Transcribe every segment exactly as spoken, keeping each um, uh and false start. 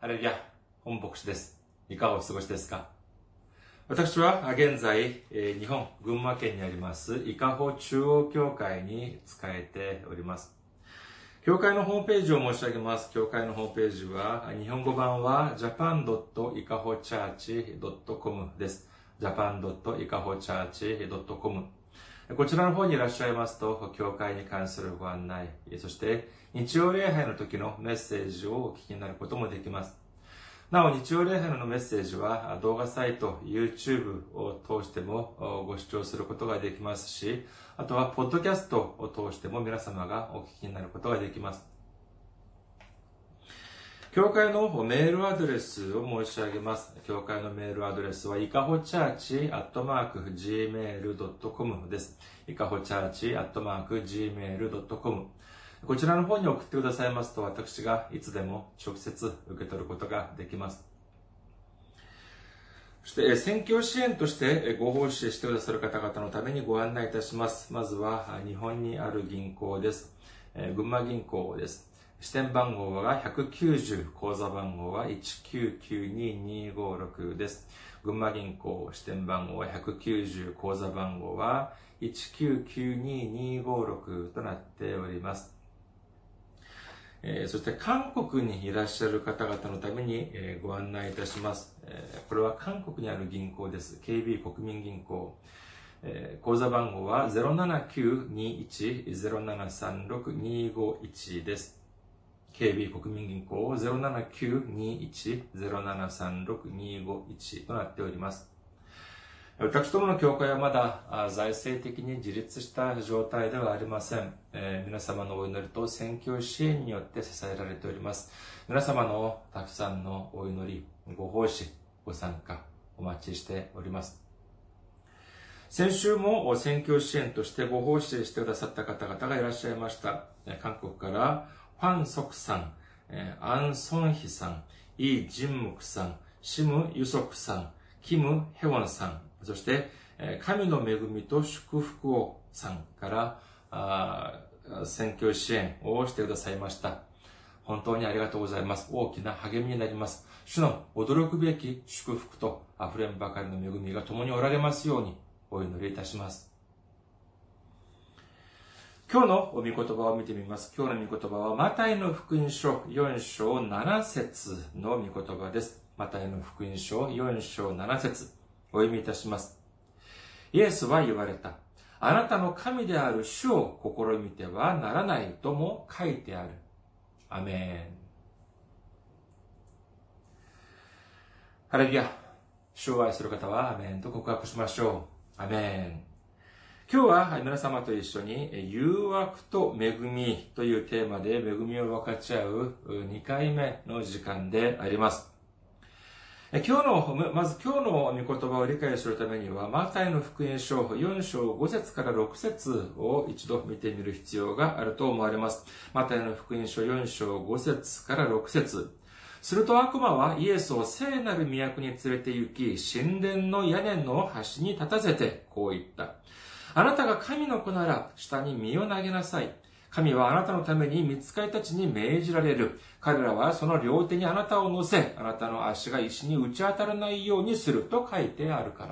ハレルヤ、本牧師です。いかがお過ごしですか？私は現在、日本、群馬県にあります、伊香保中央教会に仕えております。教会のホームページを申し上げます。教会のホームページは、日本語版は ジャパンドットイカホチャーチドットコム です。ジャパンドットイカホチャーチドットコム。こちらの方にいらっしゃいますと、教会に関するご案内、そして日曜礼拝の時のメッセージをお聞きになることもできます。なお、日曜礼拝のメッセージは動画サイト、YouTube を通してもご視聴することができますし、あとはポッドキャストを通しても皆様がお聞きになることができます。教会のメールアドレスを申し上げます。教会のメールアドレスは、いかほチャーチアットマークジーメールドットコム です。いかほチャーチアットマークジーメールドットコム。こちらの方に送ってくださいますと、私がいつでも直接受け取ることができます。そして、宣教支援としてご奉仕してくださる方々のためにご案内いたします。まずは、日本にある銀行です。群馬銀行です。支店番号がひゃくきゅうじゅう、口座番号はいちきゅうきゅうににごろくです。群馬銀行支店番号はひゃくきゅうじゅう、口座番号はいちきゅうきゅうににごろくとなっております。えー、そして韓国にいらっしゃる方々のために、えー、ご案内いたします、えー。これは韓国にある銀行です。ケービー 国民銀行。えー、口座番号は ゼロななきゅうにいちゼロななさんろくにごいち です。ケービー 国民銀行 ゼロななきゅうにいちゼロななさんろくにごいち となっております。私どもの教会はまだ財政的に自立した状態ではありません。えー、皆様のお祈りと宣教支援によって支えられております。皆様のたくさんのお祈り、ご奉仕、ご参加お待ちしております。先週も宣教支援としてご奉仕してくださった方々がいらっしゃいました。韓国からファン・ソクさん、アン・ソンヒさん、イ・ジンムクさん、シム・ユソクさん、キム・ヘウォンさん、そして神の恵みと祝福をさんから宣教支援をしてくださいました。本当にありがとうございます。大きな励みになります。主の驚くべき祝福と溢れんばかりの恵みが共におられますようにお祈りいたします。今日の御言葉を見てみます。今日の御言葉はマタイの福音書よん章なな節の御言葉です。マタイの福音書よん章なな節お読みいたします。イエスは言われた。あなたの神である主を試みてはならないとも書いてある。アメン。ハレルヤ。主を愛する方はアメンと告白しましょう。アメン。今日は皆様と一緒に誘惑と恵みというテーマで恵みを分かち合うにかいめの時間であります。今日の、まず今日の御言葉を理解するためには、マタイの福音書よん章ご節からろく節を一度見てみる必要があると思われます。マタイの福音書よん章ご節からろく節。すると悪魔はイエスを聖なる都に連れて行き、神殿の屋根の端に立たせてこう言った。あなたが神の子なら下に身を投げなさい。神はあなたのために御使いたちに命じられる。彼らはその両手にあなたを乗せ、あなたの足が石に打ち当たらないようにすると書いてあるから。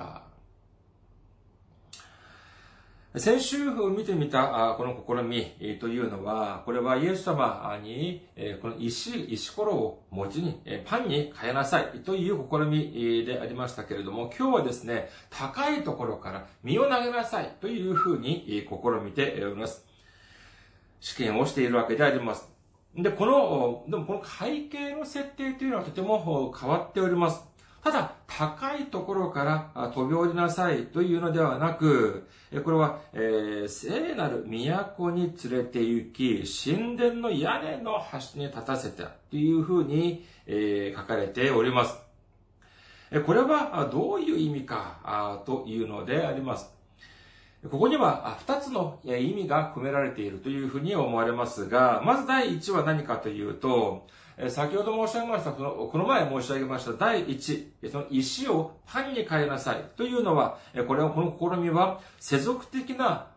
先週見てみたこの試みというのは、これはイエス様にこの石、石ころを餅に、パンに変えなさいという試みでありましたけれども、今日はですね、高いところから身を投げなさいというふうに試みております。試験をしているわけであります。で、この、でもこの背景の設定というのはとても変わっております。ただ、高いところから飛び降りなさいというのではなく、これは、えー、聖なる都に連れて行き、神殿の屋根の端に立たせたというふうに、えー、書かれております。これはどういう意味かというのであります。ここには二つの意味が込められているというふうに思われますが、まず第一は何かというと、先ほど申し上げました、この前申し上げました第一、その石をパンに変えなさいというのは、これは、この試みは世俗的な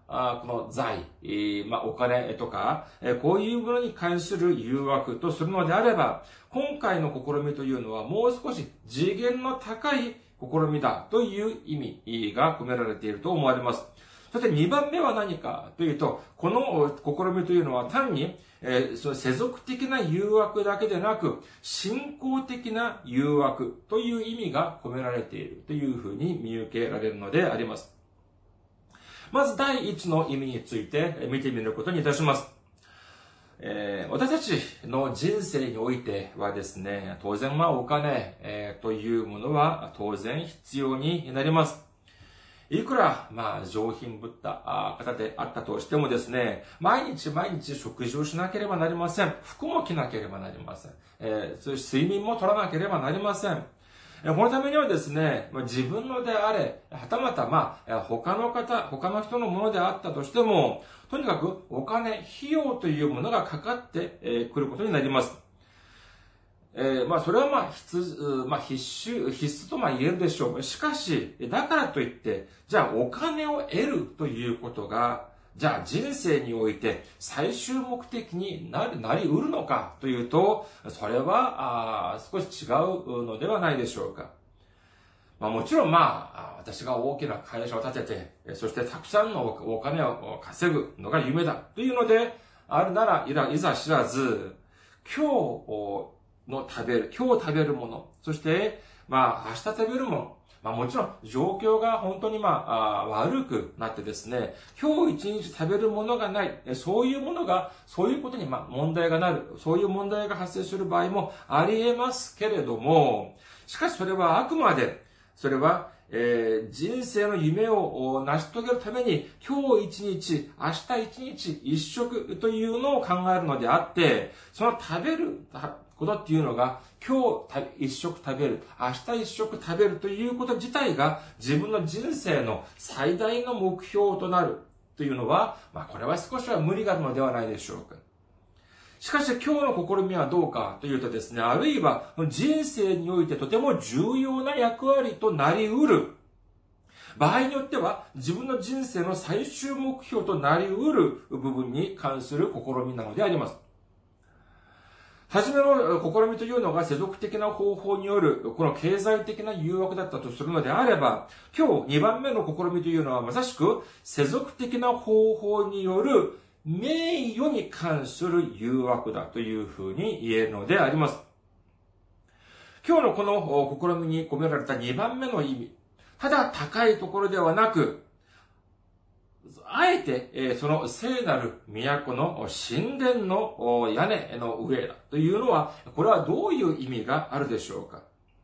あこの財、えー、まあ、お金とか、えー、こういうものに関する誘惑とするのであれば、今回の試みというのはもう少し次元の高い試みだという意味が込められていると思われます。そしてにばんめは何かというと、この試みというのは単に、えー、その世俗的な誘惑だけでなく、信仰的な誘惑という意味が込められているというふうに見受けられるのであります。まず第一の意味について見てみることにいたします。えー、私たちの人生においてはですね、当然まあお金、えー、というものは当然必要になります。いくら、まあ、上品ぶった方であったとしてもですね、毎日毎日食事をしなければなりません。服も着なければなりません。えー、そして睡眠も取らなければなりません。このためにはですね、自分のであれ、はたまたまあ、他の方、他の人のものであったとしても、とにかくお金、費用というものがかかってくることになります。えー、まあ、それはまあ、必須、まあ、必須、必須とまあ言えるでしょう。しかし、だからといって、じゃあお金を得るということが、じゃあ人生において最終目的になり、なり得るのかというと、それは、あ少し違うのではないでしょうか。まあもちろんまあ、私が大きな会社を建てて、そしてたくさんのお金を稼ぐのが夢だというのであるなら、いざ知らず、今日、の食べる、今日食べるもの、そして、まあ、明日食べるもの、まあもちろん状況が本当にまあ、あ悪くなってですね、今日一日食べるものがない、そういうものが、そういうことにまあ問題がなる、そういう問題が発生する場合もあり得ますけれども、しかしそれはあくまで、それは、えー、人生の夢を成し遂げるために、今日一日、明日一日、一食というのを考えるのであって、その食べる、ことっていうのが、今日一食食べる、明日一食食べるということ自体が自分の人生の最大の目標となるというのは、まあこれは少しは無理があるのではないでしょうか。しかし今日の試みはどうかというとですね、あるいは人生においてとても重要な役割となり得る。場合によっては自分の人生の最終目標となり得る部分に関する試みなのであります。はじめの試みというのが世俗的な方法によるこの経済的な誘惑だったとするのであれば、今日にばんめの試みというのはまさしく世俗的な方法による名誉に関する誘惑だというふうに言えるのであります。今日のこの試みに込められたにばんめの意味、ただ高いところではなく、あえて、その聖なる都の神殿の屋根の上だというのは、これはどういう意味があるでしょうか。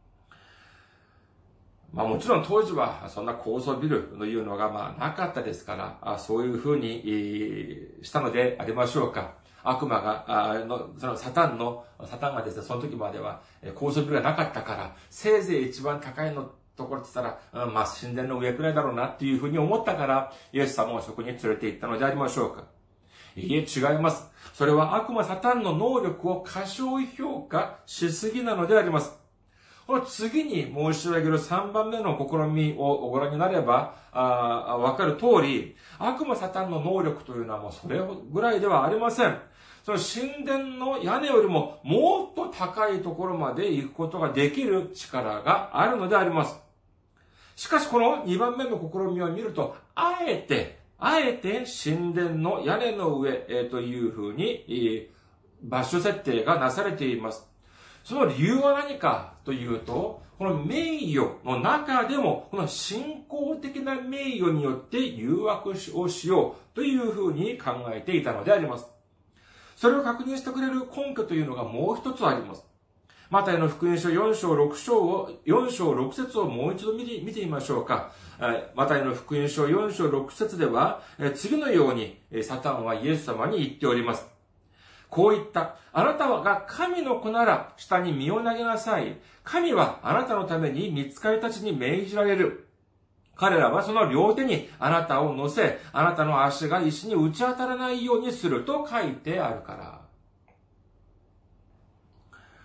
まあもちろん当時はそんな高層ビルというのがまあなかったですから、そういうふうにしたのでありましょうか。悪魔が、のそのサタンの、サタンがですね、その時までは高層ビルがなかったから、せいぜい一番高いのところって言ったら、うん、まあ、神殿の上くらいだろうなっていうふうに思ったから、イエス様をそこに連れて行ったのでありましょうか。いいえ、違います。それは悪魔サタンの能力を過小評価しすぎなのであります。この次に申し上げるさんばんめの試みをご覧になれば、あわかる通り、悪魔サタンの能力というのはもうそれぐらいではありません。その神殿の屋根よりももっと高いところまで行くことができる力があるのであります。しかしこのにばんめの試みを見ると、あえて、あえて神殿の屋根の上というふうに場所設定がなされています。その理由は何かというと、この名誉の中でも、この信仰的な名誉によって誘惑をしようというふうに考えていたのであります。それを確認してくれる根拠というのがもう一つあります。マタイの福音書よん章ろく章を、よん章ろく節をもう一度見て、見てみましょうか。マタイの福音書よん章ろく節では、次のようにサタンはイエス様に言っております。こう言った。あなたが神の子なら下に身を投げなさい。神はあなたのために御使いたちに命じられる。彼らはその両手にあなたを乗せ、あなたの足が石に打ち当たらないようにすると書いてあるから。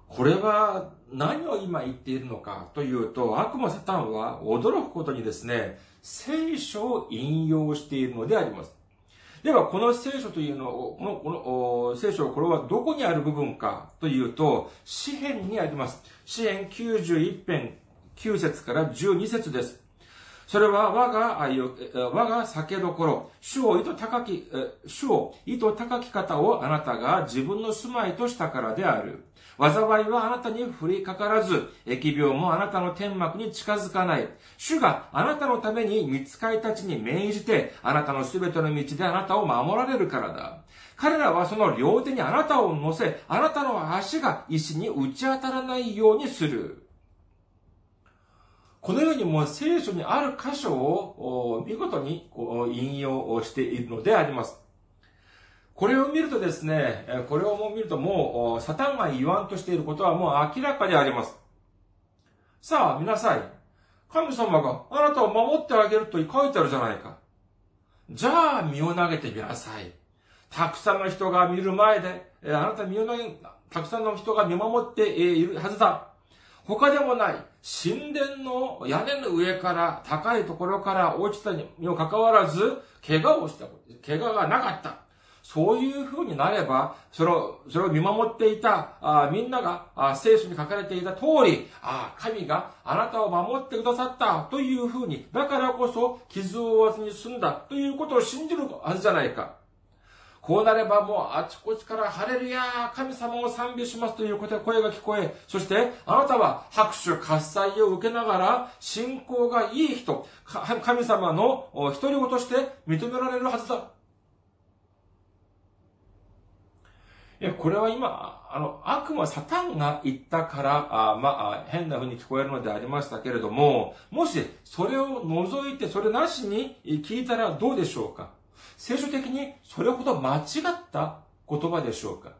これは何を今言っているのかというと、悪魔サタンは驚くことにですね、聖書を引用しているのであります。では、この聖書というのを、この、この、聖書、これはどこにある部分かというと、詩編にあります。詩編きゅうじゅういち編きゅう節からじゅうに節です。それは我が、我が酒どころ、主を意図高き、主を意図高き方をあなたが自分の住まいとしたからである。災いはあなたに降りかからず、疫病もあなたの天幕に近づかない。主があなたのために御使いたちに命じて、あなたのすべての道であなたを守られるからだ。彼らはその両手にあなたを乗せ、あなたの足が石に打ち当たらないようにする。このようにもう聖書にある箇所を見事に引用しているのであります。これを見るとですね、これをもう見るともうサタンが言わんとしていることはもう明らかであります。さあ、見なさい。神様があなたを守ってあげると書いてあるじゃないか。じゃあ身を投げてみなさい。たくさんの人が見る前で、あなた身を投げ、たくさんの人が見守っているはずだ。他でもない、神殿の屋根の上から、高いところから落ちたにもかかわらず、怪我をした、怪我がなかった。そういう風になれば、それを、それを見守っていた、あみんながあ聖書に書かれていた通り、あ神があなたを守ってくださったという風に、だからこそ傷を負わずに済んだということを信じるはずじゃないか。こうなればもうあちこちからハレルヤ神様を賛美しますという声が聞こえ、そしてあなたは拍手喝采を受けながら信仰がいい人、神様の一人子として認められるはずだ。いや、これは今、あの、悪魔サタンが言ったから、あまあ、変な風に聞こえるのでありましたけれども、もしそれを除いてそれなしに聞いたらどうでしょうか。聖書的にそれほど間違った言葉でしょうか。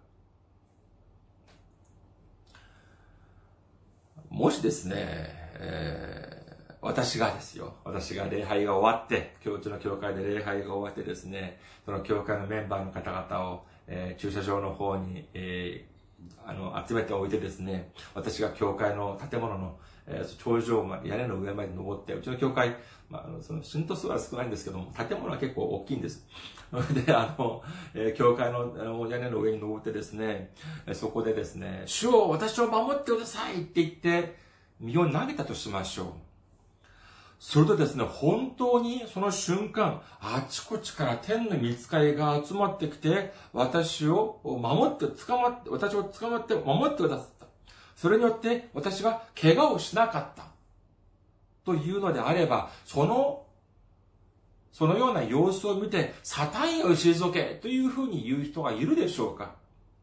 もしですね、えー、私がですよ、私が礼拝が終わって、うちの教会で礼拝が終わってですね、その教会のメンバーの方々を、えー、駐車場の方に、えー、あの集めておいてですね、私が教会の建物の、えー、頂上まで、屋根の上まで登って、うちの教会、まあ、あの、その、信徒数は少ないんですけども、建物は結構大きいんです。で、あの、えー、教会の、あの屋根の上に登ってですね、そこでですね、主を私を守ってくださいって言って、身を投げたとしましょう。それとですね、本当にその瞬間、あちこちから天の御使いが集まってきて、私を守って、捕まって、私を捕まって守ってくださった。それによって私が怪我をしなかった。というのであれば、その、そのような様子を見て、サタンを退けというふうに言う人がいるでしょうか。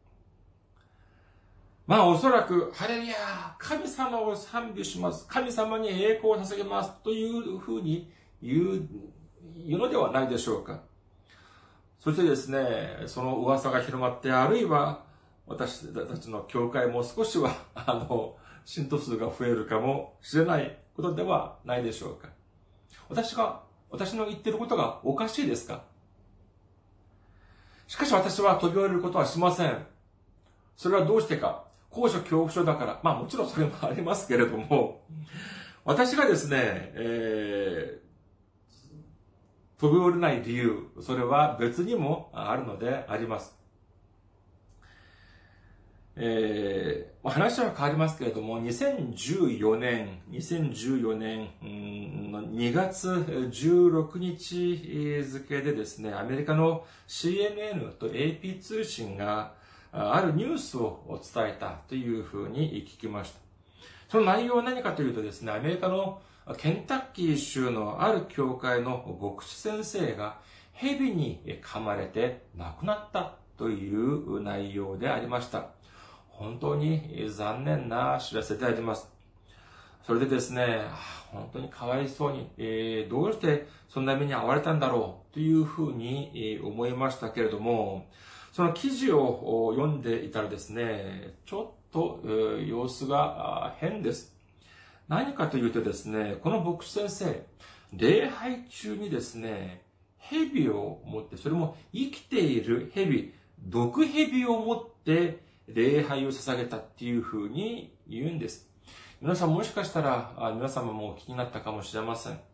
まあおそらく、ハレルヤ神様を賛美します。神様に栄光を捧げます。というふうに言う、言うのではないでしょうか。そしてですね、その噂が広まって、あるいは、私たちの教会も少しは、あの、信徒数が増えるかもしれないことではないでしょうか。私が、私の言っていることがおかしいですか？しかし私は飛び降りることはしません。それはどうしてか。高所恐怖症だから。まあもちろんそれもありますけれども、私がですね、えー、飛び降りない理由、それは別にもあるのであります。えー、話は変わりますけれども、にせんじゅうよねん、にせんじゅうよねんのにがつじゅうろくにち付でですね、アメリカの シーエヌエヌ と エーピー 通信があるニュースを伝えたというふうに聞きました。その内容は何かというとですね、アメリカのケンタッキー州のある教会の牧師先生が蛇に噛まれて亡くなったという内容でありました。本当に残念な知らせであります。それでですね、本当にかわいそうに、えー、どうしてそんな目に遭われたんだろうというふうに思いましたけれども、その記事を読んでいたらですね、ちょっと、えー、様子が変です。何かというとですね、この牧師先生、礼拝中にですね、蛇を持って、それも生きている蛇、毒蛇を持って、 礼拝を捧げたっていうふうに言うんです。皆さんもしかしたら、皆様もお聞きになったかもしれません。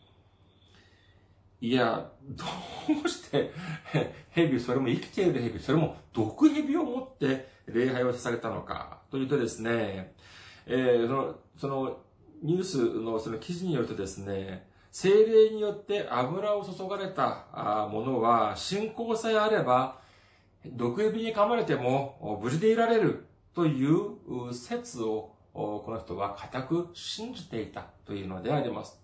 いや、どうして、蛇、それも生きている蛇、それも毒蛇を持って礼拝を捧げたのか、というとですね、えー、その、その、ニュースのその記事によるとですね、聖霊によって油を注がれたものは、信仰さえあれば、毒蛇に噛まれても無事でいられるという説を、この人は固く信じていたというのであります。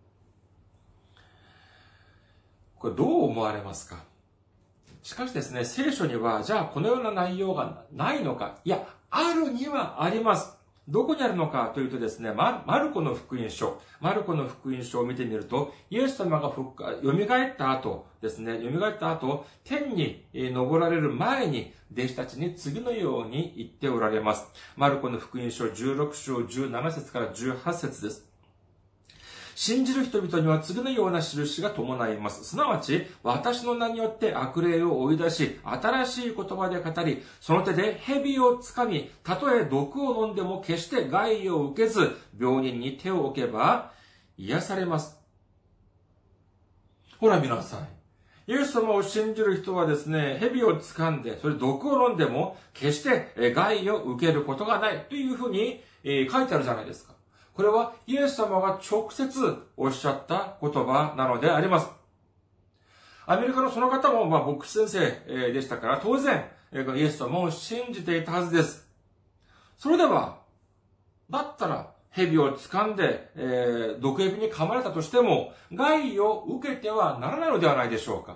これどう思われますか？しかしですね、聖書には、じゃあこのような内容がないのか？いや、あるにはあります。どこにあるのかというとですね、マルコの福音書、マルコの福音書を見てみると、イエス様が復活、蘇った後ですね、蘇った後、天に昇られる前に、弟子たちに次のように言っておられます。マルコの福音書じゅうろく章じゅうなな節からじゅうはち節です。信じる人々には次のような印が伴います。すなわち、私の名によって悪霊を追い出し、新しい言葉で語り、その手で蛇をつかみ、たとえ毒を飲んでも決して害を受けず、病人に手を置けば癒されます。ほら見なさい。イエス様を信じる人はですね、蛇を掴んで、それ毒を飲んでも、決して害を受けることがないというふうに書いてあるじゃないですか。これはイエス様が直接おっしゃった言葉なのであります。アメリカのその方も、まあ、牧師先生でしたから、当然、イエス様を信じていたはずです。それでは、だったら、蛇を掴んで、えー、毒蛇に噛まれたとしても、害を受けてはならないのではないでしょうか。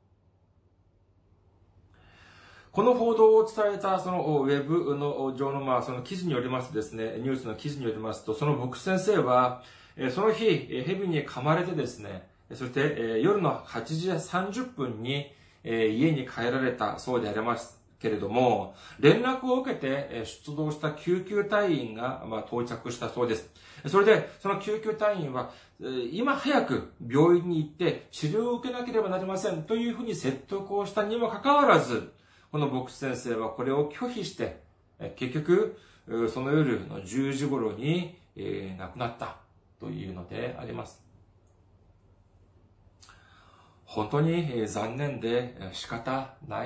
この報道を伝えた、そのウェブの上の、まあ、その記事によりますとですね、ニュースの記事によりますと、その牧師先生は、その日、蛇に噛まれてですね、そして夜のはちじさんじゅっぷんに家に帰られたそうでありますけれども、連絡を受けて出動した救急隊員が、まあ、到着したそうです。それで、その救急隊員は、今早く病院に行って治療を受けなければなりませんというふうに説得をしたにもかかわらず、この牧師先生はこれを拒否して、結局、その夜のじゅうじ頃に亡くなったというのであります。本当に残念で仕方ない、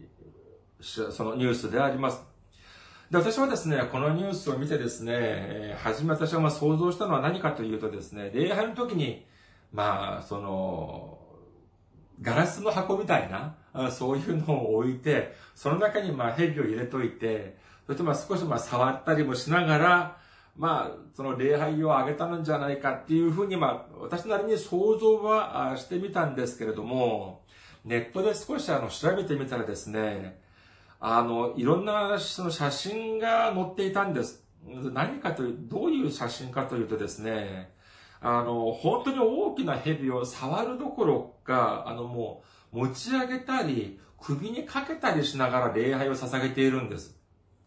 そのニュースであります。で、私はですね、このニュースを見てですね、初め私はまあ想像したのは何かというとですね、礼拝の時に、まあ、その、ガラスの箱みたいな、そういうのを置いて、その中にまあ蛇を入れといて、そしてまあ少しまあ触ったりもしながら、まあ、その礼拝をあげたのじゃないかっていうふうにまあ、私なりに想像はしてみたんですけれども、ネットで少しあの調べてみたらですね、あの、いろんなその写真が載っていたんです。何かという、どういう写真かというとですね、あの、本当に大きな蛇を触るどころか、あのもう持ち上げたり、首にかけたりしながら礼拝を捧げているんです。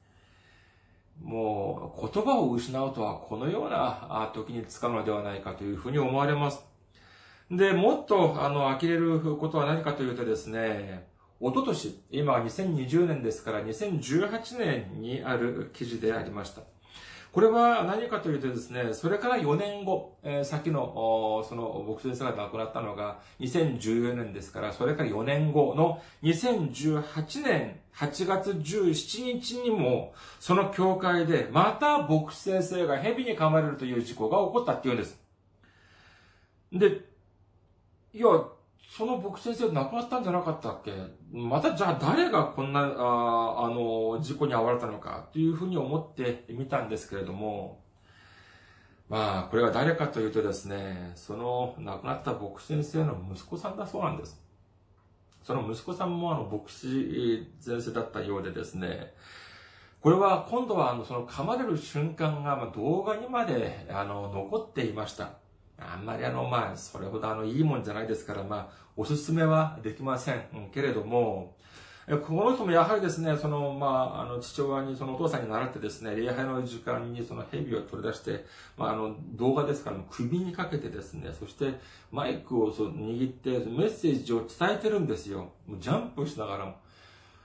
もう言葉を失うとはこのような時に使うのではないかというふうに思われます。で、もっとあの呆れることは何かというとですね、一昨年、今はにせんにじゅうねんですからにせんじゅうはちねんにある記事でありました。これは何かというとですね、それからよねんご、えー、先の、その、牧師先生が亡くなったのがにせんじゅうよねんですから、それからよねんごのにせんじゅうはちねんはちがつじゅうしちにちにも、その教会でまた牧師先生が蛇に噛まれるという事故が起こったっていうんです。で、いや、その牧師先生亡くなったんじゃなかったっけ？またじゃあ誰がこんな、あ, あの、事故に遭われたのかというふうに思ってみたんですけれども、まあ、これは誰かというとですね、その亡くなった牧師先生の息子さんだそうなんです。その息子さんもあの牧師先生だったようでですね、これは今度はあのその噛まれる瞬間が動画にまであの残っていました。あんまりあの、まあ、それほどあの、いいもんじゃないですから、まあ、おすすめはできません。うん、けれども、この人もやはりですね、その、まあ、あの、父親に、そのお父さんに習ってですね、礼拝の時間にその蛇を取り出して、まあ、あの、動画ですから、首にかけてですね、そしてマイクをそう握ってメッセージを伝えてるんですよ。もうジャンプしながらも。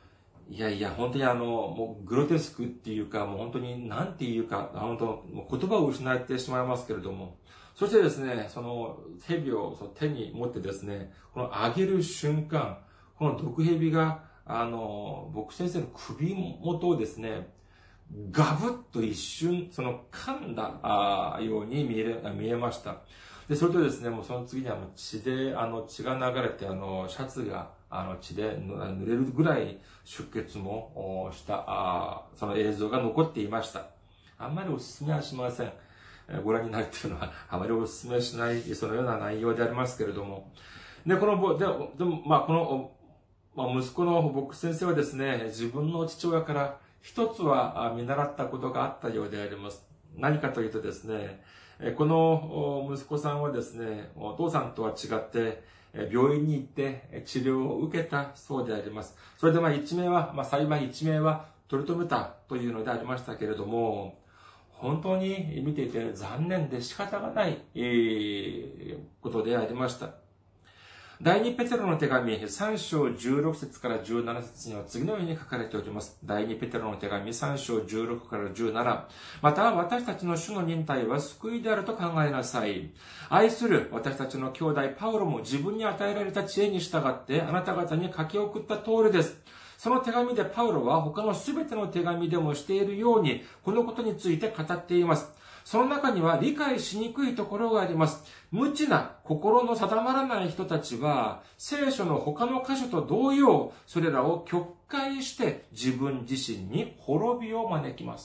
いやいや、本当にあの、もうグロテスクっていうか、もう本当に何て言うか、本当、もう言葉を失ってしまいますけれども、そしてですね、その蛇をその手に持ってですね、この上げる瞬間、この毒蛇が、あの、僕先生の首元をですね、ガブッと一瞬、その噛んだように見え、見えました。で、それとですね、もうその次にはもう血で、あの、血が流れて、あの、シャツが、あの、血で濡れるぐらい出血もした、あその映像が残っていました。あんまりお勧めはしません。ご覧になるっていうのは、あまりお勧めしない、そのような内容でありますけれども。で、この、ででも、まあ、この、まあ、息子の僕先生はですね、自分の父親から一つは見習ったことがあったようであります。何かというとですね、この息子さんはですね、お父さんとは違って、病院に行って治療を受けたそうであります。それでまあ一命は、まあ幸い一命は取り留めたというのでありましたけれども、本当に見ていて残念で仕方がないことでありました。第二ペテロの手紙さん章じゅうろく節からじゅうなな節には次のように書かれております。第二ペテロの手紙さん章じゅうろくからじゅうなな。また私たちの主の忍耐は救いであると考えなさい。愛する私たちの兄弟パウロも自分に与えられた知恵に従ってあなた方に書き送った通りです。その手紙でパウロは他のすべての手紙でもしているようにこのことについて語っています。その中には理解しにくいところがあります。無知な心の定まらない人たちは、聖書の他の箇所と同様、それらを曲解して自分自身に滅びを招きます。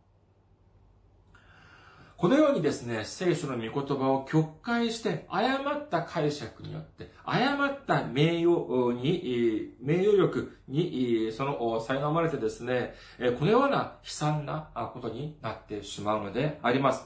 このようにですね、聖書の御言葉を曲解して、誤った解釈によって、誤った名誉に、名誉力に、その、苛まれてですね、このような悲惨なことになってしまうのであります。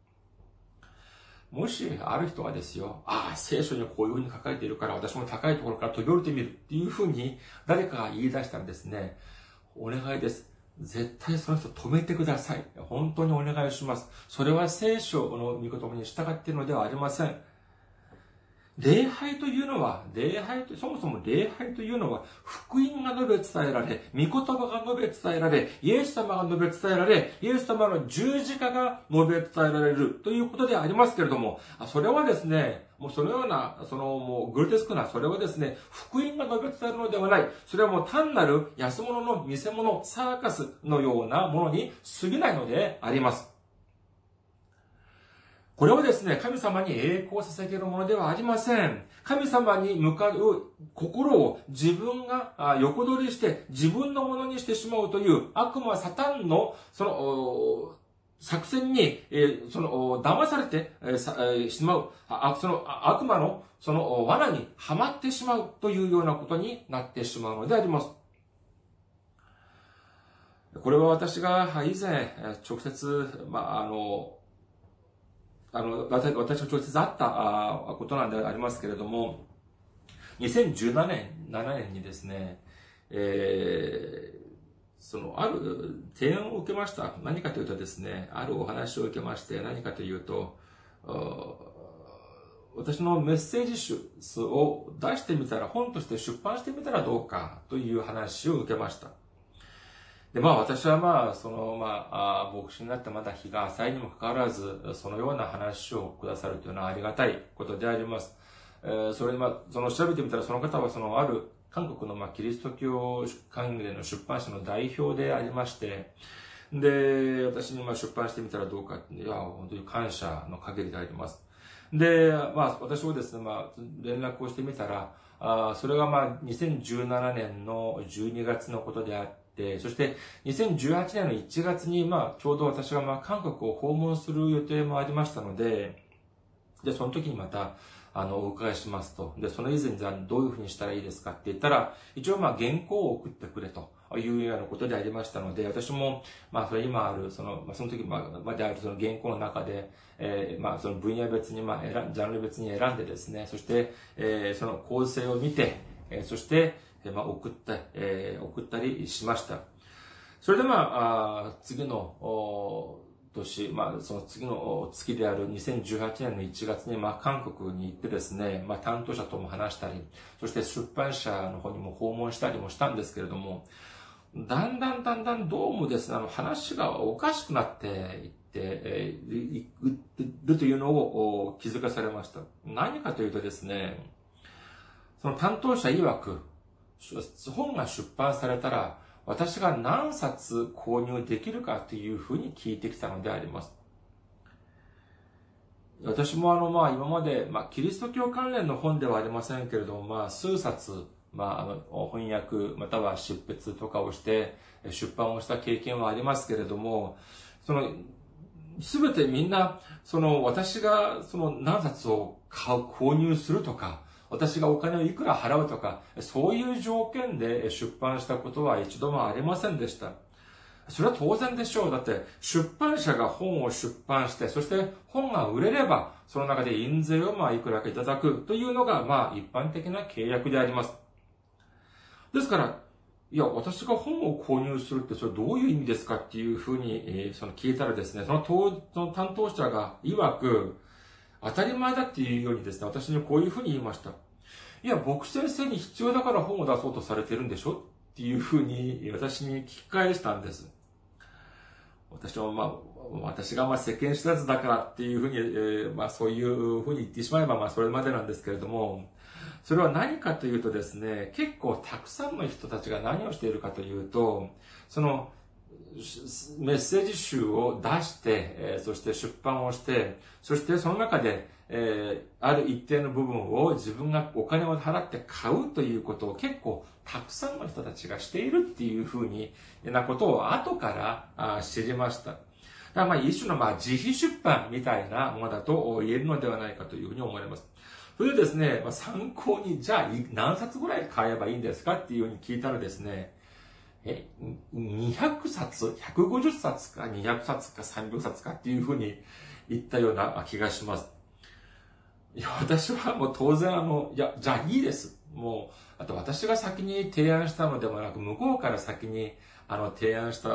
もし、ある人がですよ、ああ、聖書にこういうふうに書かれているから、私も高いところから飛び降りてみるっていうふうに、誰かが言い出したらですね、お願いです。絶対その人止めてください。本当にお願いします。それは聖書の御言葉に従っているのではありません。礼拝というのは、礼拝と、そもそも礼拝というのは、福音が述べ伝えられ、御言葉が述べ伝えられ、イエス様が述べ伝えられ、イエス様の十字架が述べ伝えられるということでありますけれども、それはですね、もうそのような、そのもうグルテスクな、それはですね、福音が述べ伝えるのではない。それはもう単なる安物の見せ物、サーカスのようなものに過ぎないのであります。これはですね、神様に栄光を捧げるものではありません。神様に向かう心を自分が横取りして自分のものにしてしまうという悪魔サタンのその作戦にその騙されてしまう、その悪魔のその罠にはまってしまうというようなことになってしまうのであります。これは私が以前直接、まあ、あの、あの、私が直接会ったことなんでありますけれども、にせんじゅうななねんにですね、えー、その、ある提案を受けました。何かというとですね、あるお話を受けまして、何かというと、私のメッセージ集を出してみたら、本として出版してみたらどうかという話を受けました。で、まあ私はまあ、その、まあ、牧師になってまだ日が浅いにもかかわらず、そのような話をくださるというのはありがたいことであります。えー、それでまあ、その調べてみたらその方はそのある韓国のまあキリスト教関連の出版社の代表でありまして、で、私にまあ出版してみたらどうかって、いや、本当に感謝の限りであります。で、まあ私もですね、まあ連絡をしてみたら、あそれがまあにせんじゅうななねんのじゅうにがつのことであって、そしてにせんじゅうはちねんのいちがつにまあちょうど私がまあ韓国を訪問する予定もありましたので、で、その時にまた、あの、お伺いしますと。で、その以前じゃあどういうふうにしたらいいですかって言ったら、一応まあ原稿を送ってくれというようなことでありましたので、私も、まあそれ今ある、その、まあその時まであるその原稿の中で、えー、まあその分野別に、まあ選ん、ジャンル別に選んでですね、そして、えー、その構成を見て、えー、そして、えー、まあ送った、えー、送ったりしました。それでまあ、あ次の、年、まあ、その次の月であるにせんじゅうはちねんのいちがつに、まあ、韓国に行ってですね、まあ、担当者とも話したり、そして出版社の方にも訪問したりもしたんですけれども、 だんだんだんだんどうもですね、あの話がおかしくなっていって、えー、いるというのを気づかされました。何かというとですね、その担当者曰く、本が出版されたら、私が何冊購入できるかというふうに聞いてきたのであります。私もあの、まあ今まで、まあキリスト教関連の本ではありませんけれども、まあ数冊、まああの、翻訳または執筆とかをして出版をした経験はありますけれども、その、すべてみんな、その私がその何冊を買う、購入するとか、私がお金をいくら払うとか、そういう条件で出版したことは一度もありませんでした。それは当然でしょう。だって出版社が本を出版して、そして本が売れれば、その中で印税をまあいくらかいただくというのがまあ一般的な契約であります。ですから、いや、私が本を購入するってそれどういう意味ですかっていうふうに、えー、その聞いたらですね、その当その担当者が曰く、当たり前だっていうようにですね、私にこういうふうに言いました。いや、僕先生に必要だから本を出そうとされてるんでしょっていうふうに私に聞き返したんです。私はまあ、私がまあ世間知らずだからっていうふうに、えー、まあそういうふうに言ってしまえばまあそれまでなんですけれども、それは何かというとですね、結構たくさんの人たちが何をしているかというと、そのメッセージ集を出して、えー、そして出版をして、そしてその中で、えー、ある一定の部分を自分がお金を払って買うということを結構たくさんの人たちがしているっていうふうになことを後から知りました。だからまあ一種のまあ自費出版みたいなものだと言えるのではないかというふうに思われます。それでですね、まあ、参考にじゃあ何冊ぐらい買えばいいんですかっていうふうに聞いたらですね、え、にひゃくさつ ?ひゃくごじゅっさつかにひゃくさつかさんびゃくさつかっていうふうに言ったような気がします。いや、私はもう当然あの、いや、じゃあいいです。もう、あと私が先に提案したのでもなく、向こうから先に、あの、提案した、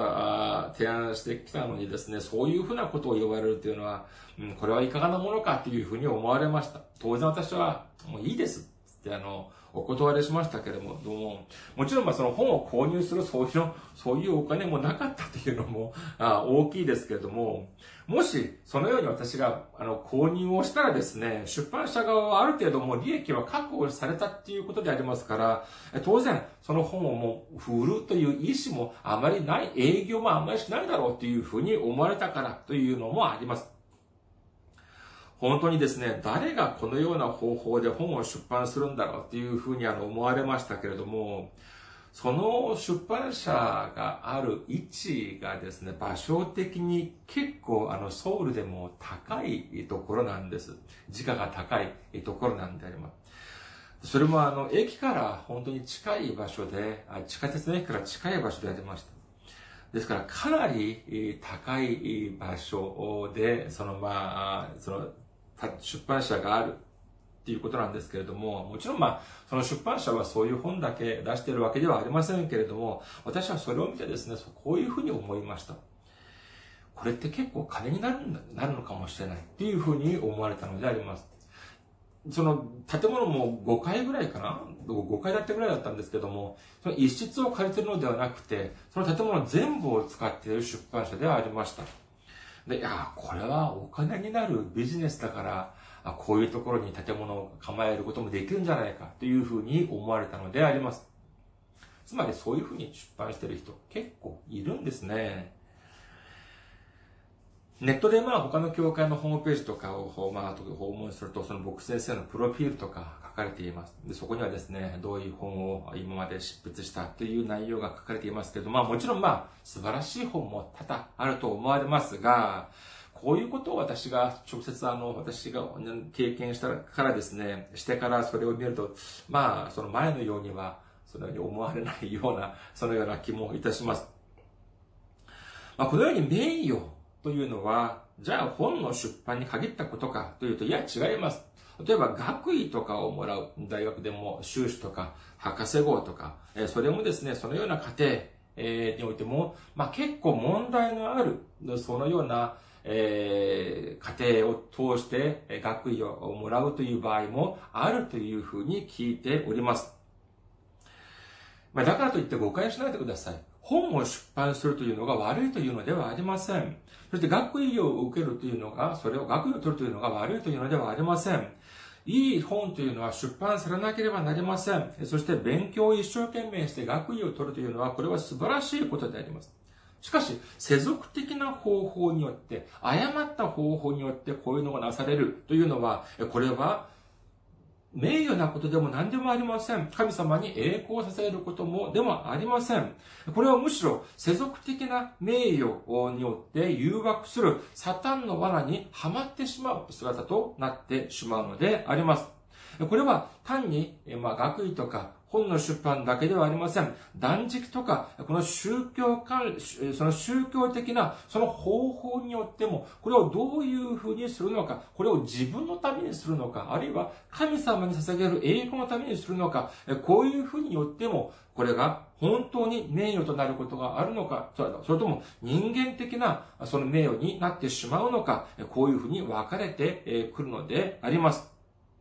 提案してきたのにですね、そういうふうなことを言われるというのは、うん、これはいかがなものかというふうに思われました。当然私は、もういいです。ってあの、お断りしましたけれども、どうも、もちろんまあその本を購入するそういう、そういうお金もなかったというのもあ大きいですけれども、もしそのように私があの購入をしたらですね、出版社側はある程度もう利益は確保されたっていうことでありますから、当然その本をもう売るという意思もあまりない、営業もあまりしないだろうというふうに思われたからというのもあります。本当にですね、誰がこのような方法で本を出版するんだろうっていうふうにあの思われましたけれども、その出版社がある位置がですね、場所的に結構あのソウルでも高いところなんです。時価が高いところなんであります。それもあの駅から本当に近い場所で、地下鉄の駅から近い場所でありました。ですからかなり高い場所で、そのまあ、その出版社があるっていうことなんですけれども、もちろんまあ、その出版社はそういう本だけ出しているわけではありませんけれども、私はそれを見てですね、こういうふうに思いました。これって結構金になるなるのかもしれないっていうふうに思われたのであります。その建物もごかいぐらいかな ?ご 階建てぐらいだったんですけども、その一室を借りているのではなくて、その建物全部を使っている出版社ではありました。で、いや、これはお金になるビジネスだから、こういうところに建物を構えることもできるんじゃないかというふうに思われたのであります。つまりそういうふうに出版している人結構いるんですね。ネットでまあ他の教会のホームページとかをまあ訪問すると、その僕先生のプロフィールとか書かれています。で、そこにはですね、どういう本を今まで執筆したという内容が書かれていますけど、まあもちろんまあ素晴らしい本も多々あると思われますが、こういうことを私が直接あの、私が経験したからですね、してからそれを見ると、まあその前のようには、そのように思われないような、そのような気もいたします。まあこのように名誉というのは、じゃあ本の出版に限ったことかというと、いや違います。例えば学位とかをもらう大学でも修士とか博士号とか、それもですね、そのような過程においても、まあ結構問題のある、そのようなえー、家庭を通して学位をもらうという場合もあるというふうに聞いております。まあ、だからといって誤解しないでください。 本を出版するというのが悪いというのではありません。そして学位を受けるというのが、それを学位を取るというのが悪いというのではありません。いい本というのは出版されなければなりません。そして勉強を一生懸命して学位を取るというのは、これは素晴らしいことであります。しかし、世俗的な方法によって、誤った方法によってこういうのがなされるというのは、これは名誉なことでも何でもありません。神様に栄光させることもでもありません。これはむしろ世俗的な名誉によって誘惑するサタンの罠にはまってしまう姿となってしまうのであります。これは単に、まあ、学位とか本の出版だけではありません。断食とか、この宗教関、その宗教的なその方法によっても、これをどういうふうにするのか、これを自分のためにするのか、あるいは神様に捧げる栄光のためにするのか、こういうふうによっても、これが本当に名誉となることがあるのか、それとも人間的なその名誉になってしまうのか、こういうふうに分かれてくるのであります。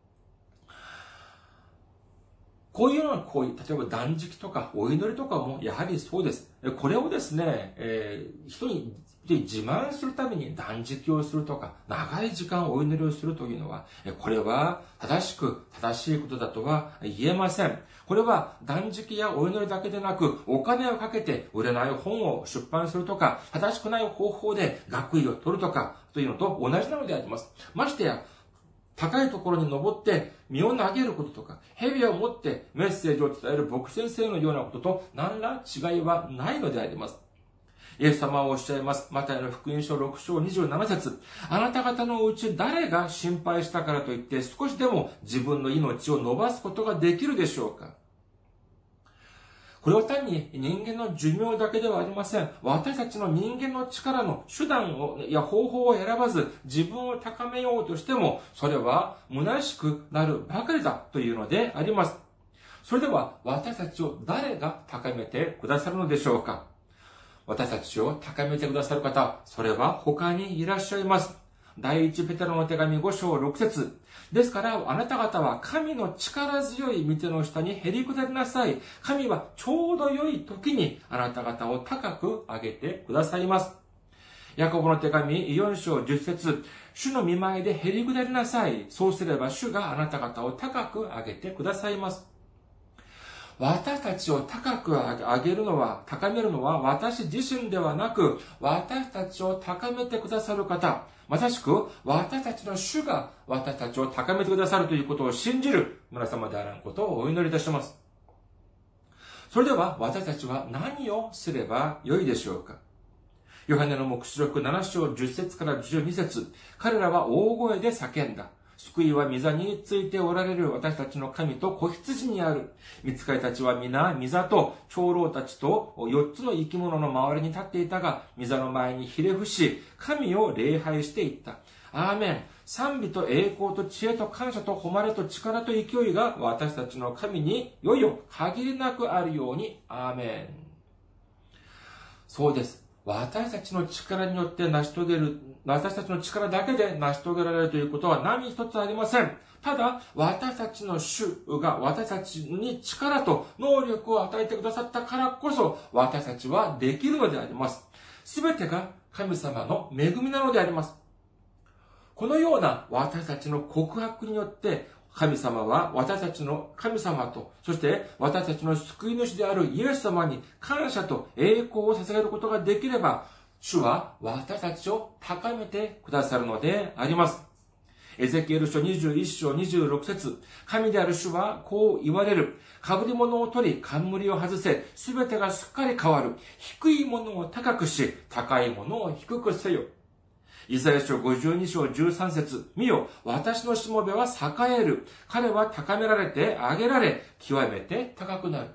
こういうような行為、例えば断食とかお祈りとかもやはりそうです。これをですね、えー、人に自慢するために断食をするとか、長い時間お祈りをするというのは、これは正しく正しいことだとは言えません。これは断食やお祈りだけでなく、お金をかけて売れない本を出版するとか、正しくない方法で学位を取るとか、というのと同じなのであります。ましてや、高いところに登って身を投げることとか、蛇を持ってメッセージを伝える牧先生のようなことと何ら違いはないのであります。イエス様はおっしゃいます。マタイの福音書ろく章にじゅうなな節。あなた方のうち誰が心配したからといって少しでも自分の命を伸ばすことができるでしょうか。これは単に人間の寿命だけではありません。私たちの人間の力の手段を、や方法を選ばず自分を高めようとしても、それは虚しくなるばかりだというのであります。それでは私たちを誰が高めてくださるのでしょうか。私たちを高めてくださる方、それは他にいらっしゃいます。第一ペテロの手紙ご章ろく節。ですから、あなた方は神の力強い御手の下にへり下りなさい。神はちょうど良い時にあなた方を高く上げてくださいます。ヤコブの手紙よん章じゅっ節。主の御前でへり下りなさい。そうすれば主があなた方を高く上げてくださいます。私たちを高く上げるのは、高めるのは私自身ではなく、私たちを高めてくださる方、まさしく私たちの主が私たちを高めてくださるということを信じる皆様であらんことをお祈りいたします。それでは私たちは何をすればよいでしょうか。ヨハネの黙示録なな章じゅっ節からじゅうに節。彼らは大声で叫んだ。救いは御座についておられる私たちの神と子羊にある。御使いたちは皆、御座と長老たちと四つの生き物の周りに立っていたが、御座の前にひれ伏し、神を礼拝していった。アーメン。賛美と栄光と知恵と感謝と誉れと力と勢いが私たちの神にいよいよ限りなくあるように。アーメン。そうです。私たちの力によって成し遂げる、私たちの力だけで成し遂げられるということは何一つありません。ただ、私たちの主が私たちに力と能力を与えてくださったからこそ、私たちはできるのであります。すべてが神様の恵みなのであります。このような私たちの告白によって、神様は私たちの神様と、そして私たちの救い主であるイエス様に感謝と栄光を捧げることができれば、主は私たちを高めてくださるのであります。エゼキエル書にじゅういち章にじゅうろく節。神である主はこう言われる。被り物を取り、冠を外せ。すべてがすっかり変わる。低いものを高くし、高いものを低くせよ。イザヤ書ごじゅうに章じゅうさん節。見よ、私のしもべは栄える。彼は高められて上げられ、極めて高くなる。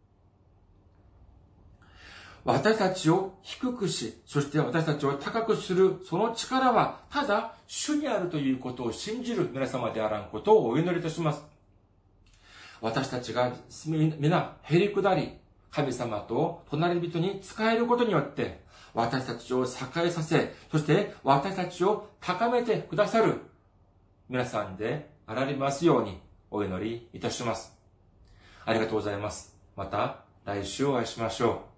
私たちを低くし、そして私たちを高くする、その力は、ただ、主にあるということを信じる皆様であらんことをお祈りいたします。私たちが皆、へり下り、神様と隣人に仕えることによって、私たちを栄えさせ、そして私たちを高めてくださる皆さんであられますようにお祈りいたします。ありがとうございます。また来週お会いしましょう。